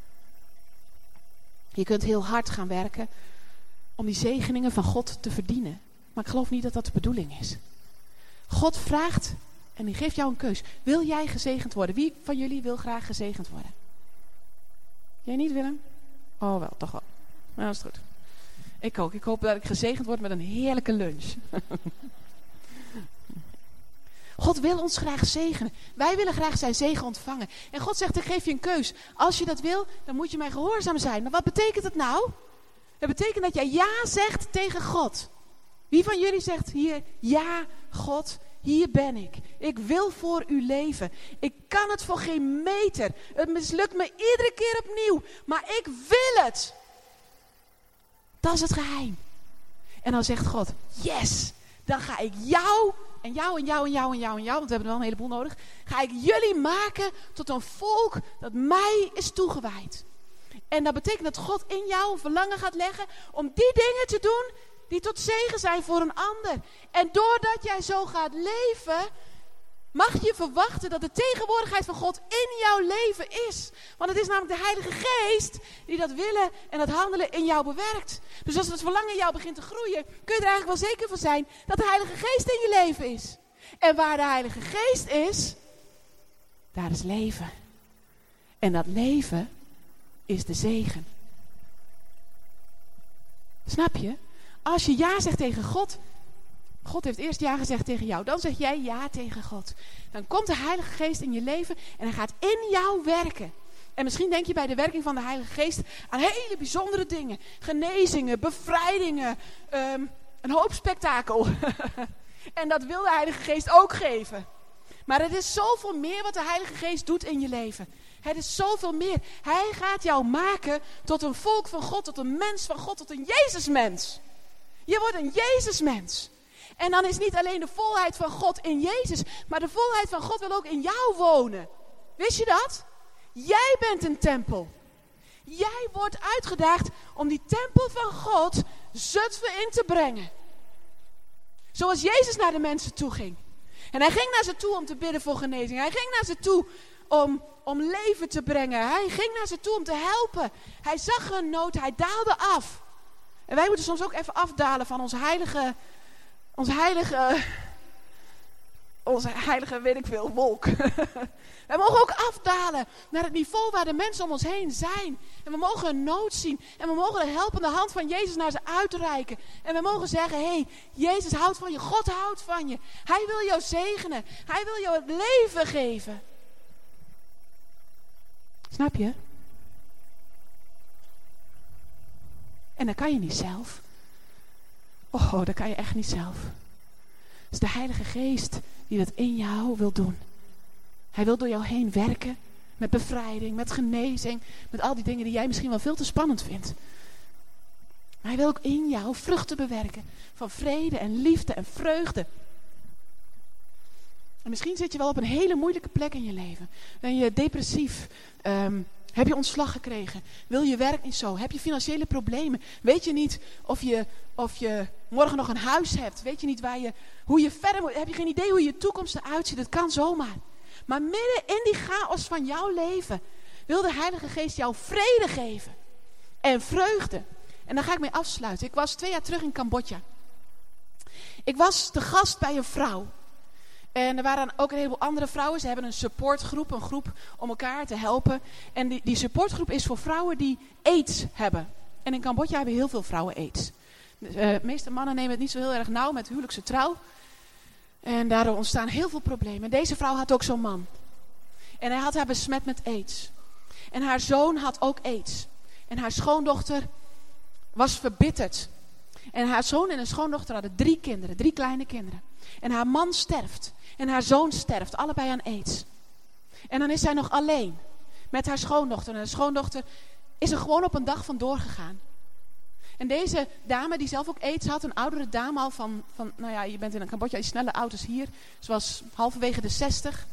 Je kunt heel hard gaan werken om die zegeningen van God te verdienen. Maar ik geloof niet dat dat de bedoeling is. God vraagt en die geeft jou een keus. Wil jij gezegend worden? Wie van jullie wil graag gezegend worden? Jij niet, Willem? Oh wel, toch wel. Nou, dat is goed. Ik ook. Ik hoop dat ik gezegend word met een heerlijke lunch. God wil ons graag zegenen. Wij willen graag zijn zegen ontvangen. En God zegt, ik geef je een keus. Als je dat wil, dan moet je mij gehoorzaam zijn. Maar wat betekent dat nou? Dat betekent dat jij ja zegt tegen God. Wie van jullie zegt hier, ja, God, hier ben ik. Ik wil voor u leven. Ik kan het voor geen meter. Het mislukt me iedere keer opnieuw. Maar ik wil het. Dat is het geheim. En dan zegt God, yes, dan ga ik jou en jou en jou en jou en jou en jou, want we hebben er wel een heleboel nodig, ga ik jullie maken tot een volk dat mij is toegewijd. En dat betekent dat God in jou een verlangen gaat leggen om die dingen te doen die tot zegen zijn voor een ander. En doordat jij zo gaat leven, mag je verwachten dat de tegenwoordigheid van God in jouw leven is. Want het is namelijk de Heilige Geest die dat willen en dat handelen in jou bewerkt. Dus als het verlangen in jou begint te groeien, kun je er eigenlijk wel zeker van zijn dat de Heilige Geest in je leven is. En waar de Heilige Geest is, daar is leven. En dat leven is de zegen. Snap je? Als je ja zegt tegen God, God heeft eerst ja gezegd tegen jou, dan zeg jij ja tegen God. Dan komt de Heilige Geest in je leven en hij gaat in jou werken. En misschien denk je bij de werking van de Heilige Geest aan hele bijzondere dingen. Genezingen, bevrijdingen, um, een hoop spektakel. En dat wil de Heilige Geest ook geven. Maar het is zoveel meer wat de Heilige Geest doet in je leven. Het is zoveel meer. Hij gaat jou maken tot een volk van God, tot een mens van God, tot een Jezusmens. Je wordt een Jezusmens. En dan is niet alleen de volheid van God in Jezus, maar de volheid van God wil ook in jou wonen. Wist je dat? Jij bent een tempel. Jij wordt uitgedaagd om die tempel van God Zutphen in te brengen. Zoals Jezus naar de mensen toe ging. En hij ging naar ze toe om te bidden voor genezing. Hij ging naar ze toe om, om leven te brengen. Hij ging naar ze toe om te helpen. Hij zag hun nood, hij daalde af. En wij moeten soms ook even afdalen van ons heilige, ons heilige, onze heilige, weet ik veel, wolk. Wij mogen ook afdalen naar het niveau waar de mensen om ons heen zijn. En we mogen hun nood zien. En we mogen de helpende hand van Jezus naar ze uitreiken. En we mogen zeggen, hé, hey, Jezus houdt van je. God houdt van je. Hij wil jou zegenen. Hij wil jou het leven geven. Snap je? En dat kan je niet zelf. Oh, dat kan je echt niet zelf. Het is de Heilige Geest die dat in jou wil doen. Hij wil door jou heen werken. Met bevrijding, met genezing. Met al die dingen die jij misschien wel veel te spannend vindt. Maar hij wil ook in jou vruchten bewerken. Van vrede en liefde en vreugde. En misschien zit je wel op een hele moeilijke plek in je leven. Ben je depressief? Um, heb je ontslag gekregen? Wil je werk niet zo? Heb je financiële problemen? Weet je niet of je, of je morgen nog een huis hebt? Weet je niet waar je, hoe je verder moet? Heb je geen idee hoe je toekomst eruit ziet? Het kan zomaar. Maar midden in die chaos van jouw leven wil de Heilige Geest jou vrede geven. En vreugde. En daar ga ik mee afsluiten. Ik was twee jaar terug in Cambodja. Ik was te gast bij een vrouw. En er waren ook een heleboel andere vrouwen. Ze hebben een supportgroep, een groep om elkaar te helpen. En die, die supportgroep is voor vrouwen die AIDS hebben. En in Cambodja hebben heel veel vrouwen AIDS. Uh, de meeste mannen nemen het niet zo heel erg nauw met huwelijkse trouw. En daardoor ontstaan heel veel problemen. En deze vrouw had ook zo'n man. En hij had haar besmet met AIDS. En haar zoon had ook AIDS. En haar schoondochter was verbitterd. En haar zoon en haar schoondochter hadden drie kinderen, drie kleine kinderen. En haar man sterft. En haar zoon sterft, allebei aan AIDS. En dan is zij nog alleen met haar schoondochter. En haar schoondochter is er gewoon op een dag vandoor gegaan. En deze dame die zelf ook AIDS had, een oudere dame al van, van nou ja, je bent in Cambodja, die snelle auto's hier. Ze was halverwege de zestig.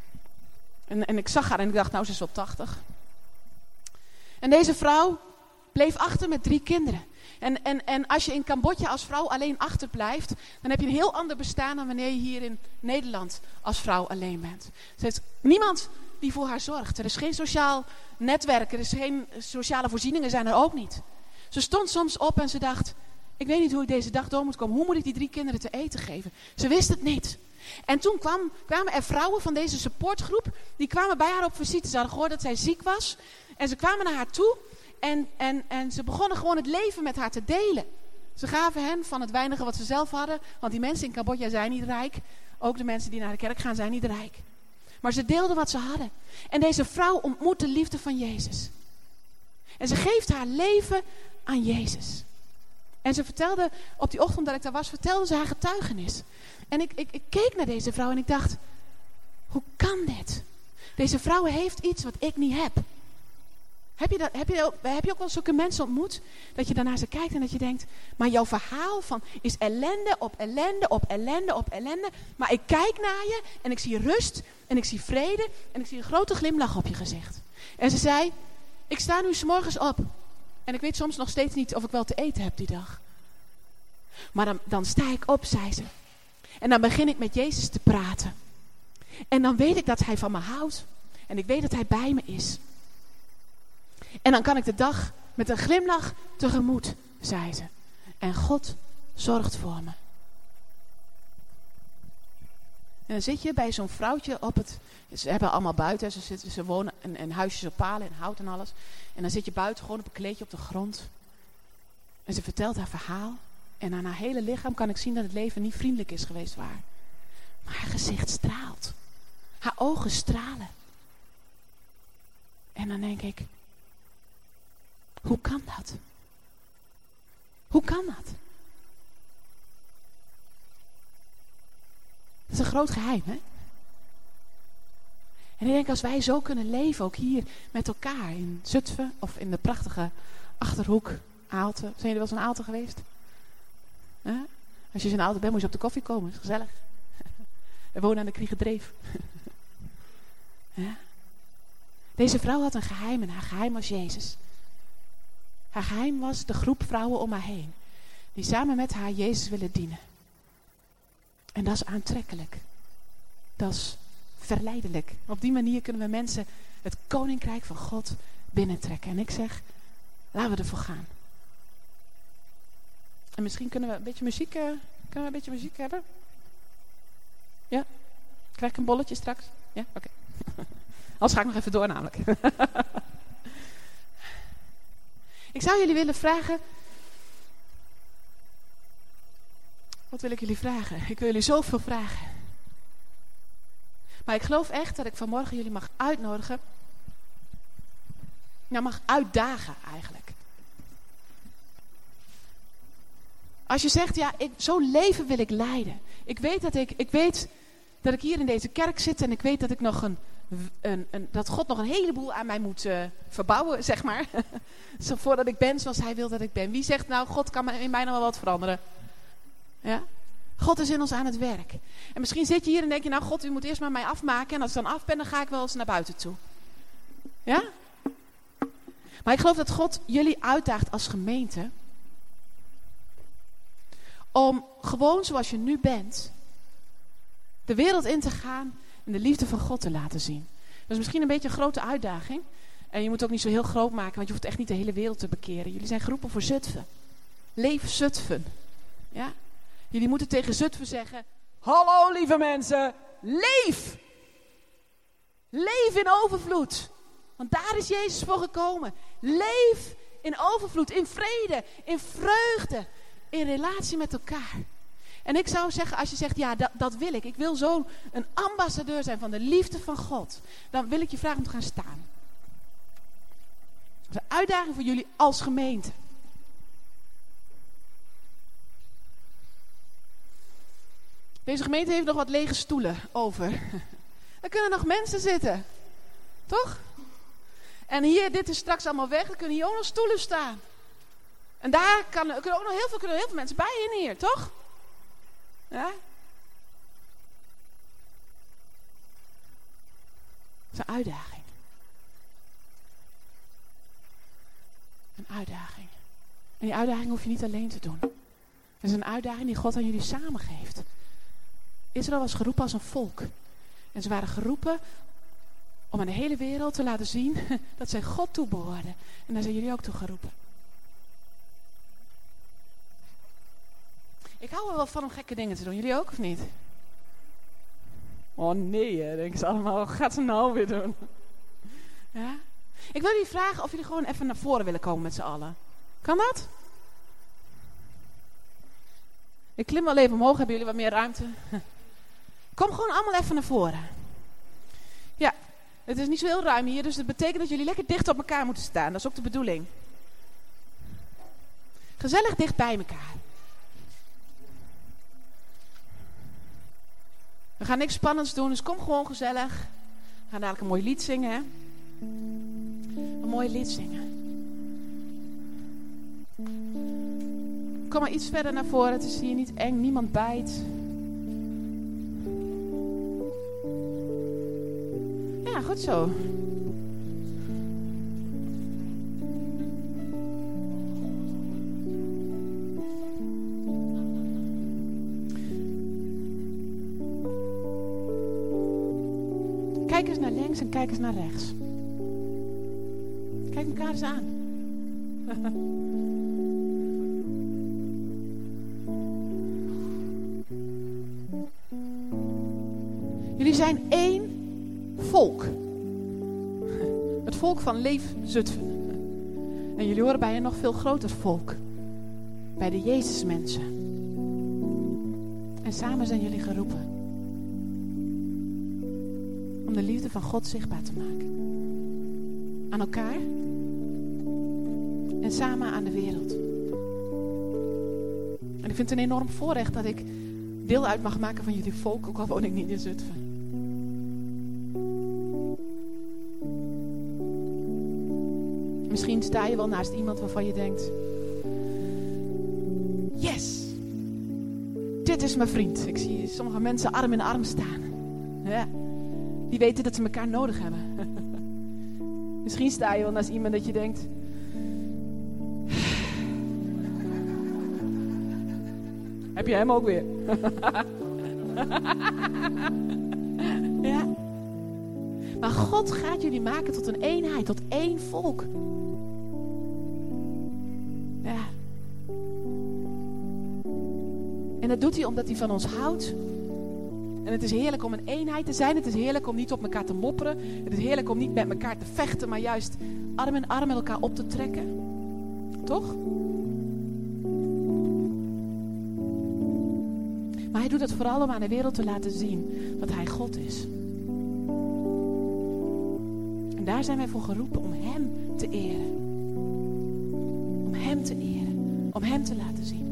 En, en ik zag haar en ik dacht, nou, ze is wel tachtig. En deze vrouw, bleef achter met drie kinderen. En, en, en als je in Cambodja als vrouw alleen achterblijft, dan heb je een heel ander bestaan dan wanneer je hier in Nederland als vrouw alleen bent. Er is niemand die voor haar zorgt. Er is geen sociaal netwerk, er is geen sociale voorzieningen, zijn er ook niet. Ze stond soms op en ze dacht, ik weet niet hoe ik deze dag door moet komen. Hoe moet ik die drie kinderen te eten geven? Ze wist het niet. En toen kwam, kwamen er vrouwen van deze supportgroep, die kwamen bij haar op visite. Ze hadden gehoord dat zij ziek was. En ze kwamen naar haar toe en, en, en ze begonnen gewoon het leven met haar te delen. Ze gaven hen van het weinige wat ze zelf hadden. Want die mensen in Cambodja zijn niet rijk. Ook de mensen die naar de kerk gaan zijn niet rijk. Maar ze deelden wat ze hadden. En deze vrouw ontmoet de liefde van Jezus. En ze geeft haar leven aan Jezus. En ze vertelde, op die ochtend dat ik daar was, vertelde ze haar getuigenis. En ik, ik, ik keek naar deze vrouw en ik dacht, hoe kan dit? Deze vrouw heeft iets wat ik niet heb. Heb je, dat, heb, je ook, heb je ook wel zulke mensen ontmoet? Dat je daarnaar ze kijkt en dat je denkt, maar jouw verhaal van is ellende op ellende op ellende op ellende. Maar ik kijk naar je en ik zie rust en ik zie vrede en ik zie een grote glimlach op je gezicht. En ze zei, ik sta nu 's morgens op. En ik weet soms nog steeds niet of ik wel te eten heb die dag. Maar dan, dan sta ik op, zei ze. En dan begin ik met Jezus te praten. En dan weet ik dat hij van me houdt. En ik weet dat hij bij me is. En dan kan ik de dag met een glimlach tegemoet, zei ze. En God zorgt voor me. En dan zit je bij zo'n vrouwtje op het... Ze hebben allemaal buiten, ze, zitten, ze wonen in, in huisjes op palen en hout en alles. En dan zit je buiten gewoon op een kleedje op de grond. En ze vertelt haar verhaal. En aan haar hele lichaam kan ik zien dat het leven niet vriendelijk is geweest waar. Maar haar gezicht straalt. Haar ogen stralen. En dan denk ik, hoe kan dat? Hoe kan dat? Dat is een groot geheim, hè? En ik denk, als wij zo kunnen leven, ook hier met elkaar in Zutphen of in de prachtige Achterhoek, Aalten. Zijn jullie wel eens in Aalten geweest? Huh? Als je in Aalten bent, moet je op de koffie komen. Dat is gezellig. We wonen aan de Kriegerdreef. Ja? Deze vrouw had een geheim en haar geheim was Jezus. Haar geheim was de groep vrouwen om haar heen. Die samen met haar Jezus willen dienen. En dat is aantrekkelijk. Dat is verleidelijk. Op die manier kunnen we mensen het koninkrijk van God binnentrekken. En ik zeg, laten we ervoor gaan. En misschien kunnen we een beetje muziek, uh, kunnen we een beetje muziek hebben? Ja? Krijg ik een bolletje straks? Ja? Oké. Okay. Anders ga ik nog even door namelijk. Ik zou jullie willen vragen. Wat wil ik jullie vragen? Ik wil jullie zoveel vragen. Maar ik geloof echt dat ik vanmorgen jullie mag uitnodigen. Nou, mag uitdagen eigenlijk. Als je zegt, ja, ik, zo'n leven wil ik leiden. Ik weet dat ik, ik weet dat ik hier in deze kerk zit en ik weet dat ik nog een, een, een dat God nog een heleboel aan mij moet uh, verbouwen, zeg maar. Zo voordat ik ben zoals hij wil dat ik ben. Wie zegt nou, God kan in mij nog wel wat veranderen? Ja? God is in ons aan het werk. En misschien zit je hier en denk je, nou God, u moet eerst maar mij afmaken. En als ik dan af ben, dan ga ik wel eens naar buiten toe. Ja? Maar ik geloof dat God jullie uitdaagt als gemeente. Om gewoon zoals je nu bent, de wereld in te gaan en de liefde van God te laten zien. Dat is misschien een beetje een grote uitdaging. En je moet het ook niet zo heel groot maken, want je hoeft echt niet de hele wereld te bekeren. Jullie zijn geroepen voor Zutphen. Leef Zutphen. Ja? Jullie moeten tegen Zutphen zeggen, hallo lieve mensen, leef! Leef in overvloed. Want daar is Jezus voor gekomen. Leef in overvloed, in vrede, in vreugde, in relatie met elkaar. En ik zou zeggen, als je zegt, ja, dat, dat wil ik. Ik wil zo een ambassadeur zijn van de liefde van God. Dan wil ik je vragen om te gaan staan. Dat is een uitdaging voor jullie als gemeente. Deze gemeente heeft nog wat lege stoelen over. Daar kunnen nog mensen zitten. Toch? En hier, dit is straks allemaal weg. Er kunnen hier ook nog stoelen staan. En daar kan, er kunnen ook nog heel veel, kunnen heel veel mensen bij in hier, toch? Ja? Dat is een uitdaging. Een uitdaging. En die uitdaging hoef je niet alleen te doen. Het is een uitdaging die God aan jullie samen geeft. Israël was geroepen als een volk. En ze waren geroepen om aan de hele wereld te laten zien dat zij God toebehoorden. En daar zijn jullie ook toe geroepen. Ik hou er wel van om gekke dingen te doen. Jullie ook of niet? Oh nee, hè, denken ze allemaal. Wat gaat ze nou weer doen? Ja? Ik wil jullie vragen of jullie gewoon even naar voren willen komen met z'n allen. Kan dat? Ik klim wel even omhoog. Hebben jullie wat meer ruimte? Kom gewoon allemaal even naar voren. Ja, het is niet zo heel ruim hier. Dus dat betekent dat jullie lekker dicht op elkaar moeten staan. Dat is ook de bedoeling. Gezellig dicht bij elkaar. We gaan niks spannends doen, dus kom gewoon gezellig. We gaan dadelijk een mooi lied zingen, hè? Een mooi lied zingen. Kom maar iets verder naar voren, het is hier niet eng, niemand bijt. Ja, goed zo. Kijk eens naar links en kijk eens naar rechts. Kijk elkaar eens aan. Jullie zijn één volk. Het volk van Leef Zutphen. En jullie horen bij een nog veel groter volk. Bij de Jezusmensen. En samen zijn jullie geroepen. Om de liefde van God zichtbaar te maken. Aan elkaar. En samen aan de wereld. En ik vind het een enorm voorrecht dat ik deel uit mag maken van jullie volk. Ook al woon ik niet in Zutphen. Misschien sta je wel naast iemand waarvan je denkt... Yes! Dit is mijn vriend. Ik zie sommige mensen arm in arm staan. Ja. Die weten dat ze elkaar nodig hebben. Misschien sta je wel naast iemand dat je denkt... Heb je hem ook weer? Ja. Maar God gaat jullie maken tot een eenheid, tot één volk. Ja. En dat doet hij omdat hij van ons houdt. En het is heerlijk om een eenheid te zijn. Het is heerlijk om niet op elkaar te mopperen. Het is heerlijk om niet met elkaar te vechten, maar juist arm in arm met elkaar op te trekken. Toch? Maar hij doet het vooral om aan de wereld te laten zien dat hij God is. En daar zijn wij voor geroepen om hem te eren. Om hem te eren. Om hem te laten zien.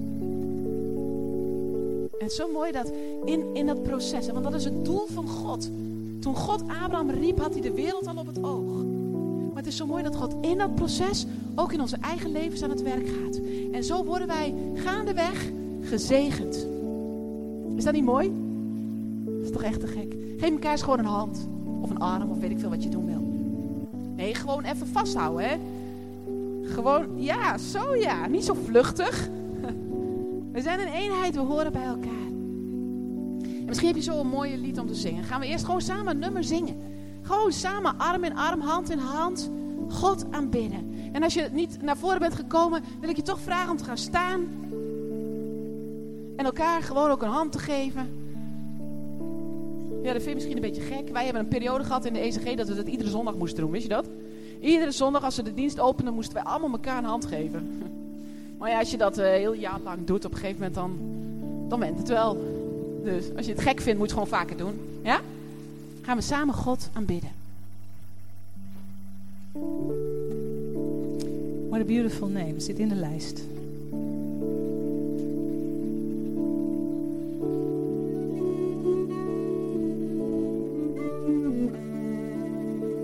En het is zo mooi dat in, in dat proces, want dat is het doel van God. Toen God Abraham riep, had hij de wereld al op het oog. Maar het is zo mooi dat God in dat proces ook in onze eigen levens aan het werk gaat. En zo worden wij gaandeweg gezegend. Is dat niet mooi? Dat is toch echt te gek. Geef elkaar eens gewoon een hand. Of een arm, of weet ik veel wat je doen wil. Nee, gewoon even vasthouden, hè. Gewoon, ja, zo ja. Niet zo vluchtig. We zijn een eenheid, we horen bij elkaar. En misschien heb je zo een mooie lied om te zingen. Gaan we eerst gewoon samen een nummer zingen. Gewoon samen, arm in arm, hand in hand, God aanbidden. En als je niet naar voren bent gekomen, wil ik je toch vragen om te gaan staan. En elkaar gewoon ook een hand te geven. Ja, dat vind je misschien een beetje gek. Wij hebben een periode gehad in de E C G dat we dat iedere zondag moesten doen. Wist je dat? Iedere zondag als we de dienst openden, moesten wij allemaal elkaar een hand geven. Maar ja, als je dat uh, heel jaar lang doet, op een gegeven moment dan, dan went het wel. Dus als je het gek vindt, moet je het gewoon vaker doen. Ja? Gaan we samen God aanbidden. What a beautiful name. Zit in de lijst.